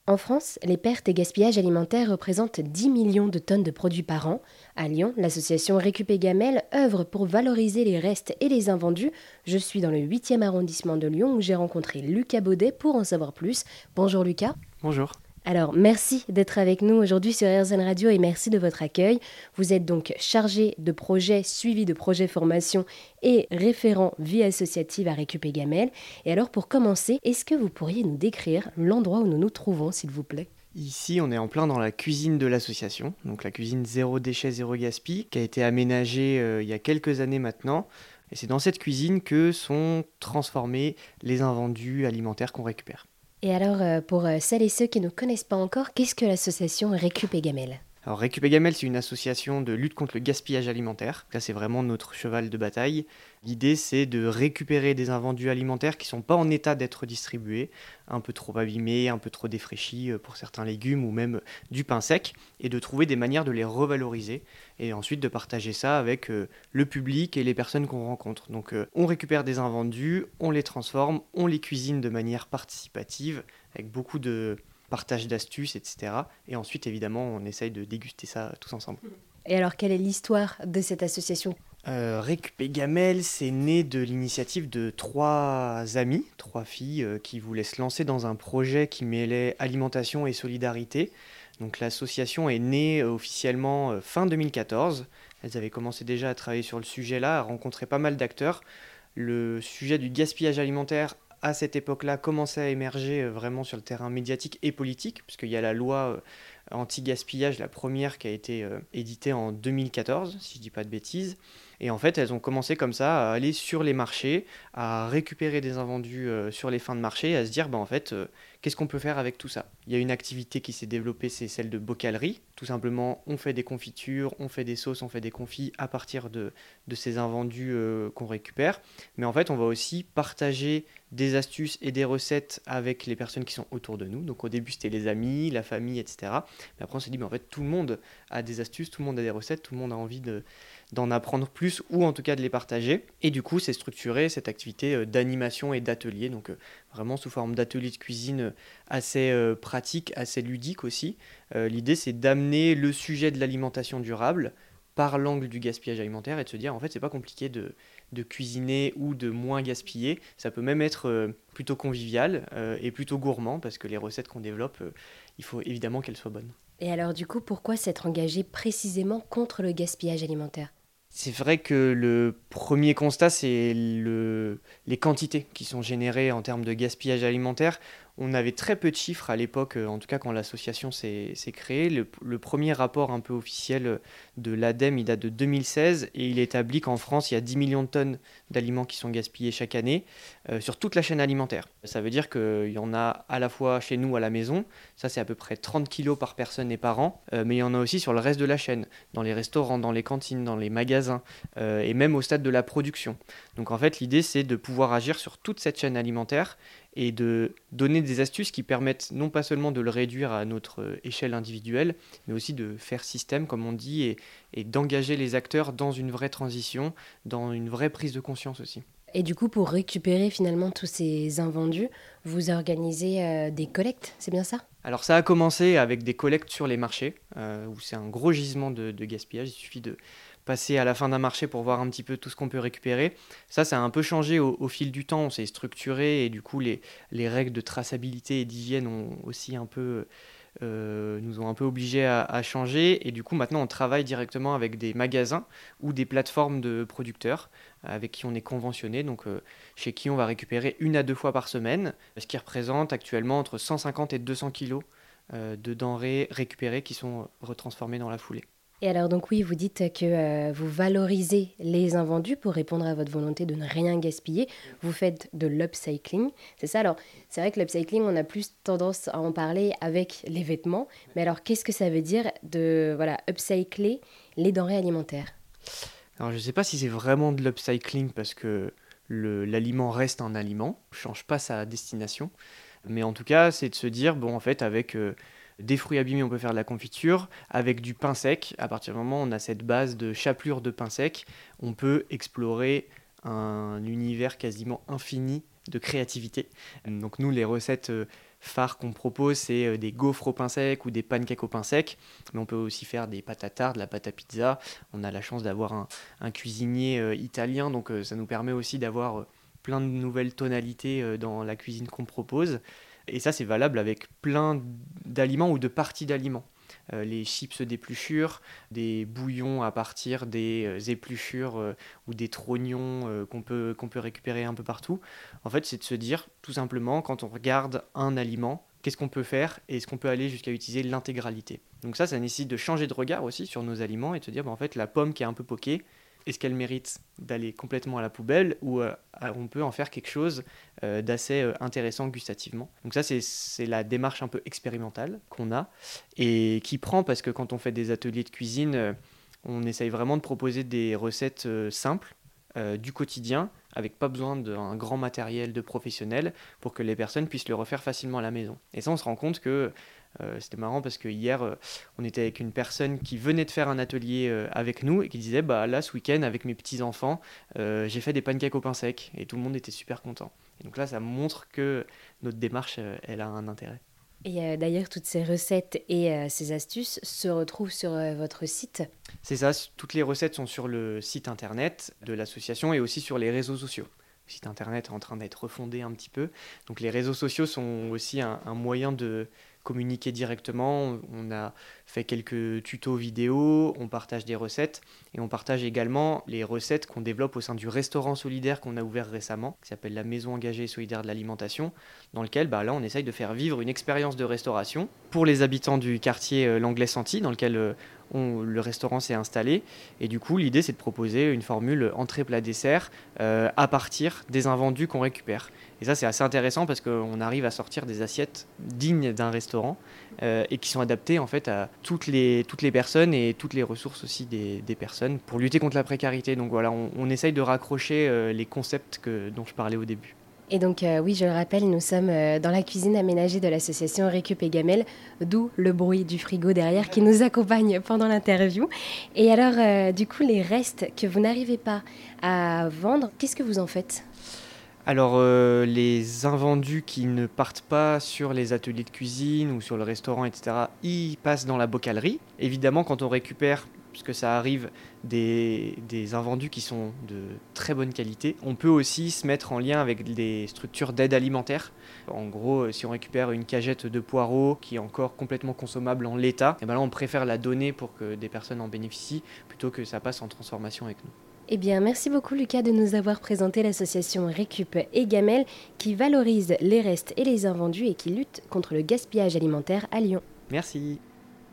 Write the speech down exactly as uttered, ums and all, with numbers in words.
En France, les pertes et gaspillages alimentaires représentent dix millions de tonnes de produits par an. À Lyon, l'association Récupé Gamelle œuvre pour valoriser les restes et les invendus. Je suis dans le huitième arrondissement de Lyon où j'ai rencontré Lucas Baudet pour en savoir plus. Bonjour Lucas. Bonjour. Alors, merci d'être avec nous aujourd'hui sur R Z N Radio et merci de votre accueil. Vous êtes donc chargé de projet, suivi de projet formation et référent vie associative à Récupé Gamelle. Et alors, pour commencer, est-ce que vous pourriez nous décrire l'endroit où nous nous trouvons, s'il vous plaît ? Ici, on est en plein dans la cuisine de l'association, donc la cuisine zéro déchet, zéro gaspille, qui a été aménagée euh, il y a quelques années maintenant. Et c'est dans cette cuisine que sont transformés les invendus alimentaires qu'on récupère. Et alors, euh, pour euh, celles et ceux qui ne connaissent pas encore, qu'est-ce que l'association Récupé Gamelle ? Alors Récupé Gamelle, c'est une association de lutte contre le gaspillage alimentaire. Ça, c'est vraiment notre cheval de bataille. L'idée, c'est de récupérer des invendus alimentaires qui ne sont pas en état d'être distribués, un peu trop abîmés, un peu trop défraîchis pour certains légumes ou même du pain sec, et de trouver des manières de les revaloriser et ensuite de partager ça avec euh, le public et les personnes qu'on rencontre. Donc euh, on récupère des invendus, on les transforme, on les cuisine de manière participative avec beaucoup de partage d'astuces, et cetera. Et ensuite, évidemment, on essaye de déguster ça tous ensemble. Et alors, quelle est l'histoire de cette association ? euh, Récupé Gamelle, c'est né de l'initiative de trois amis, trois filles, euh, qui voulaient se lancer dans un projet qui mêlait alimentation et solidarité. Donc l'association est née euh, officiellement euh, fin deux mille quatorze. Elles avaient commencé déjà à travailler sur le sujet-là, à rencontrer pas mal d'acteurs. Le sujet du gaspillage alimentaire à cette époque-là, commençait à émerger euh, vraiment sur le terrain médiatique et politique, puisqu'il y a la loi euh, anti-gaspillage, la première qui a été euh, éditée en deux mille quatorze, si je ne dis pas de bêtises. Et en fait, elles ont commencé comme ça à aller sur les marchés, à récupérer des invendus euh, sur les fins de marché, à se dire, bah, en fait, euh, qu'est-ce qu'on peut faire avec tout ça ? Il y a une activité qui s'est développée, c'est celle de bocalerie. Tout simplement, on fait des confitures, on fait des sauces, on fait des confits à partir de, de ces invendus euh, qu'on récupère. Mais en fait, on va aussi partager des astuces et des recettes avec les personnes qui sont autour de nous. Donc au début, c'était les amis, la famille, et cetera. Mais après, on s'est dit, mais en fait, tout le monde a des astuces, tout le monde a des recettes, tout le monde a envie de, d'en apprendre plus ou en tout cas de les partager. Et du coup, c'est structuré cette activité d'animation et d'atelier, donc euh, vraiment sous forme d'atelier de cuisine assez euh, pratique, assez ludique aussi. Euh, l'idée, c'est d'amener le sujet de l'alimentation durable par l'angle du gaspillage alimentaire et de se dire, en fait, c'est pas compliqué de, de cuisiner ou de moins gaspiller. Ça peut même être euh, plutôt convivial euh, et plutôt gourmand parce que les recettes qu'on développe, euh, il faut évidemment qu'elles soient bonnes. Et alors du coup, pourquoi s'être engagé précisément contre le gaspillage alimentaire ? C'est vrai que le premier constat, c'est le, les quantités qui sont générées en termes de gaspillage alimentaire. On avait très peu de chiffres à l'époque, en tout cas quand l'association s'est, s'est créée. Le, le premier rapport un peu officiel de l'ADEME, il date de deux mille seize et il établit qu'en France, il y a dix millions de tonnes d'aliments qui sont gaspillés chaque année euh, sur toute la chaîne alimentaire. Ça veut dire qu'il y en a à la fois chez nous à la maison, ça c'est à peu près trente kilos par personne et par an, euh, mais il y en a aussi sur le reste de la chaîne, dans les restaurants, dans les cantines, dans les magasins euh, et même au stade de la production. Donc en fait, l'idée c'est de pouvoir agir sur toute cette chaîne alimentaire et de donner des astuces qui permettent non pas seulement de le réduire à notre échelle individuelle, mais aussi de faire système, comme on dit, et, et d'engager les acteurs dans une vraie transition, dans une vraie prise de conscience aussi. Et du coup, pour récupérer finalement tous ces invendus, vous organisez euh, des collectes, c'est bien ça ? Alors ça a commencé avec des collectes sur les marchés, euh, où c'est un gros gisement de, de gaspillage, il suffit de passer à la fin d'un marché pour voir un petit peu tout ce qu'on peut récupérer. Ça, ça a un peu changé au, au fil du temps, on s'est structuré et du coup les, les règles de traçabilité et d'hygiène ont aussi un peu, euh, nous ont un peu obligés à, à changer et du coup maintenant on travaille directement avec des magasins ou des plateformes de producteurs avec qui on est conventionné, donc euh, chez qui on va récupérer une à deux fois par semaine, ce qui représente actuellement entre cent cinquante et deux cents kilos euh, de denrées récupérées qui sont retransformées dans la foulée. Et alors donc oui, vous dites que euh, vous valorisez les invendus pour répondre à votre volonté de ne rien gaspiller. Vous faites de l'upcycling, c'est ça ? Alors c'est vrai que l'upcycling, on a plus tendance à en parler avec les vêtements. Mais alors qu'est-ce que ça veut dire de voilà, upcycler les denrées alimentaires ? Alors je ne sais pas si c'est vraiment de l'upcycling parce que le, l'aliment reste un aliment, ne change pas sa destination. Mais en tout cas, c'est de se dire, bon en fait avec... Euh, des fruits abîmés, on peut faire de la confiture. Avec du pain sec, à partir du moment où on a cette base de chapelure de pain sec, on peut explorer un univers quasiment infini de créativité. Donc nous, les recettes phares qu'on propose, c'est des gaufres au pain sec ou des pancakes au pain sec. Mais on peut aussi faire des pâtes à tarte, de la pâte à pizza. On a la chance d'avoir un, un cuisinier euh, italien, donc euh, ça nous permet aussi d'avoir euh, plein de nouvelles tonalités euh, dans la cuisine qu'on propose. Et ça, c'est valable avec plein d'aliments ou de parties d'aliments. Euh, les chips d'épluchures, des bouillons à partir des euh, épluchures euh, ou des trognons euh, qu'on peut, qu'on peut récupérer un peu partout. En fait, c'est de se dire, tout simplement, quand on regarde un aliment, qu'est-ce qu'on peut faire et est-ce qu'on peut aller jusqu'à utiliser l'intégralité. Donc ça, ça nécessite de changer de regard aussi sur nos aliments et de se dire, bah, en fait, la pomme qui est un peu poquée, est-ce qu'elle mérite d'aller complètement à la poubelle ou euh, on peut en faire quelque chose euh, d'assez euh, intéressant gustativement. Donc ça, c'est, c'est la démarche un peu expérimentale qu'on a et qui prend parce que quand on fait des ateliers de cuisine, euh, on essaye vraiment de proposer des recettes euh, simples euh, du quotidien avec pas besoin d'un grand matériel de professionnel pour que les personnes puissent le refaire facilement à la maison. Et ça, on se rend compte que Euh, c'était marrant parce que hier, euh, on était avec une personne qui venait de faire un atelier euh, avec nous et qui disait bah là ce week-end avec mes petits enfants, euh, j'ai fait des pancakes au pain sec et tout le monde était super content. Et donc là, ça montre que notre démarche, euh, elle a un intérêt. Et euh, d'ailleurs, toutes ces recettes et euh, ces astuces se retrouvent sur euh, votre site. C'est ça, toutes les recettes sont sur le site internet de l'association et aussi sur les réseaux sociaux. Le site internet est en train d'être refondé un petit peu. Donc les réseaux sociaux sont aussi un, un moyen de communiquer directement. On a fait quelques tutos vidéo, on partage des recettes et on partage également les recettes qu'on développe au sein du restaurant solidaire qu'on a ouvert récemment, qui s'appelle la Maison engagée et solidaire de l'alimentation, dans lequel bah, là on essaye de faire vivre une expérience de restauration pour les habitants du quartier euh, L'Anglais-Santi, dans lequel euh, on, le restaurant s'est installé. Et du coup, l'idée c'est de proposer une formule entrée plat dessert euh, à partir des invendus qu'on récupère. Et ça, c'est assez intéressant parce qu'on arrive à sortir des assiettes dignes d'un restaurant euh, et qui sont adaptées en fait à toutes les, toutes les personnes et toutes les ressources aussi des, des personnes pour lutter contre la précarité. Donc voilà, on, on essaye de raccrocher euh, les concepts que, dont je parlais au début. Et donc, euh, oui, je le rappelle, nous sommes euh, dans la cuisine aménagée de l'association Récup et Gamelle, d'où le bruit du frigo derrière qui nous accompagne pendant l'interview. Et alors, euh, du coup, les restes que vous n'arrivez pas à vendre, qu'est-ce que vous en faites ? Alors, euh, les invendus qui ne partent pas sur les ateliers de cuisine ou sur le restaurant, et cetera, ils passent dans la bocalerie. Évidemment, quand on récupère, puisque ça arrive, des, des invendus qui sont de très bonne qualité, on peut aussi se mettre en lien avec des structures d'aide alimentaire. En gros, si on récupère une cagette de poireaux qui est encore complètement consommable en l'état, et ben là, on préfère la donner pour que des personnes en bénéficient plutôt que ça passe en transformation avec nous. Eh bien, merci beaucoup Lucas de nous avoir présenté l'association Récup et Gamelle qui valorise les restes et les invendus et qui lutte contre le gaspillage alimentaire à Lyon. Merci.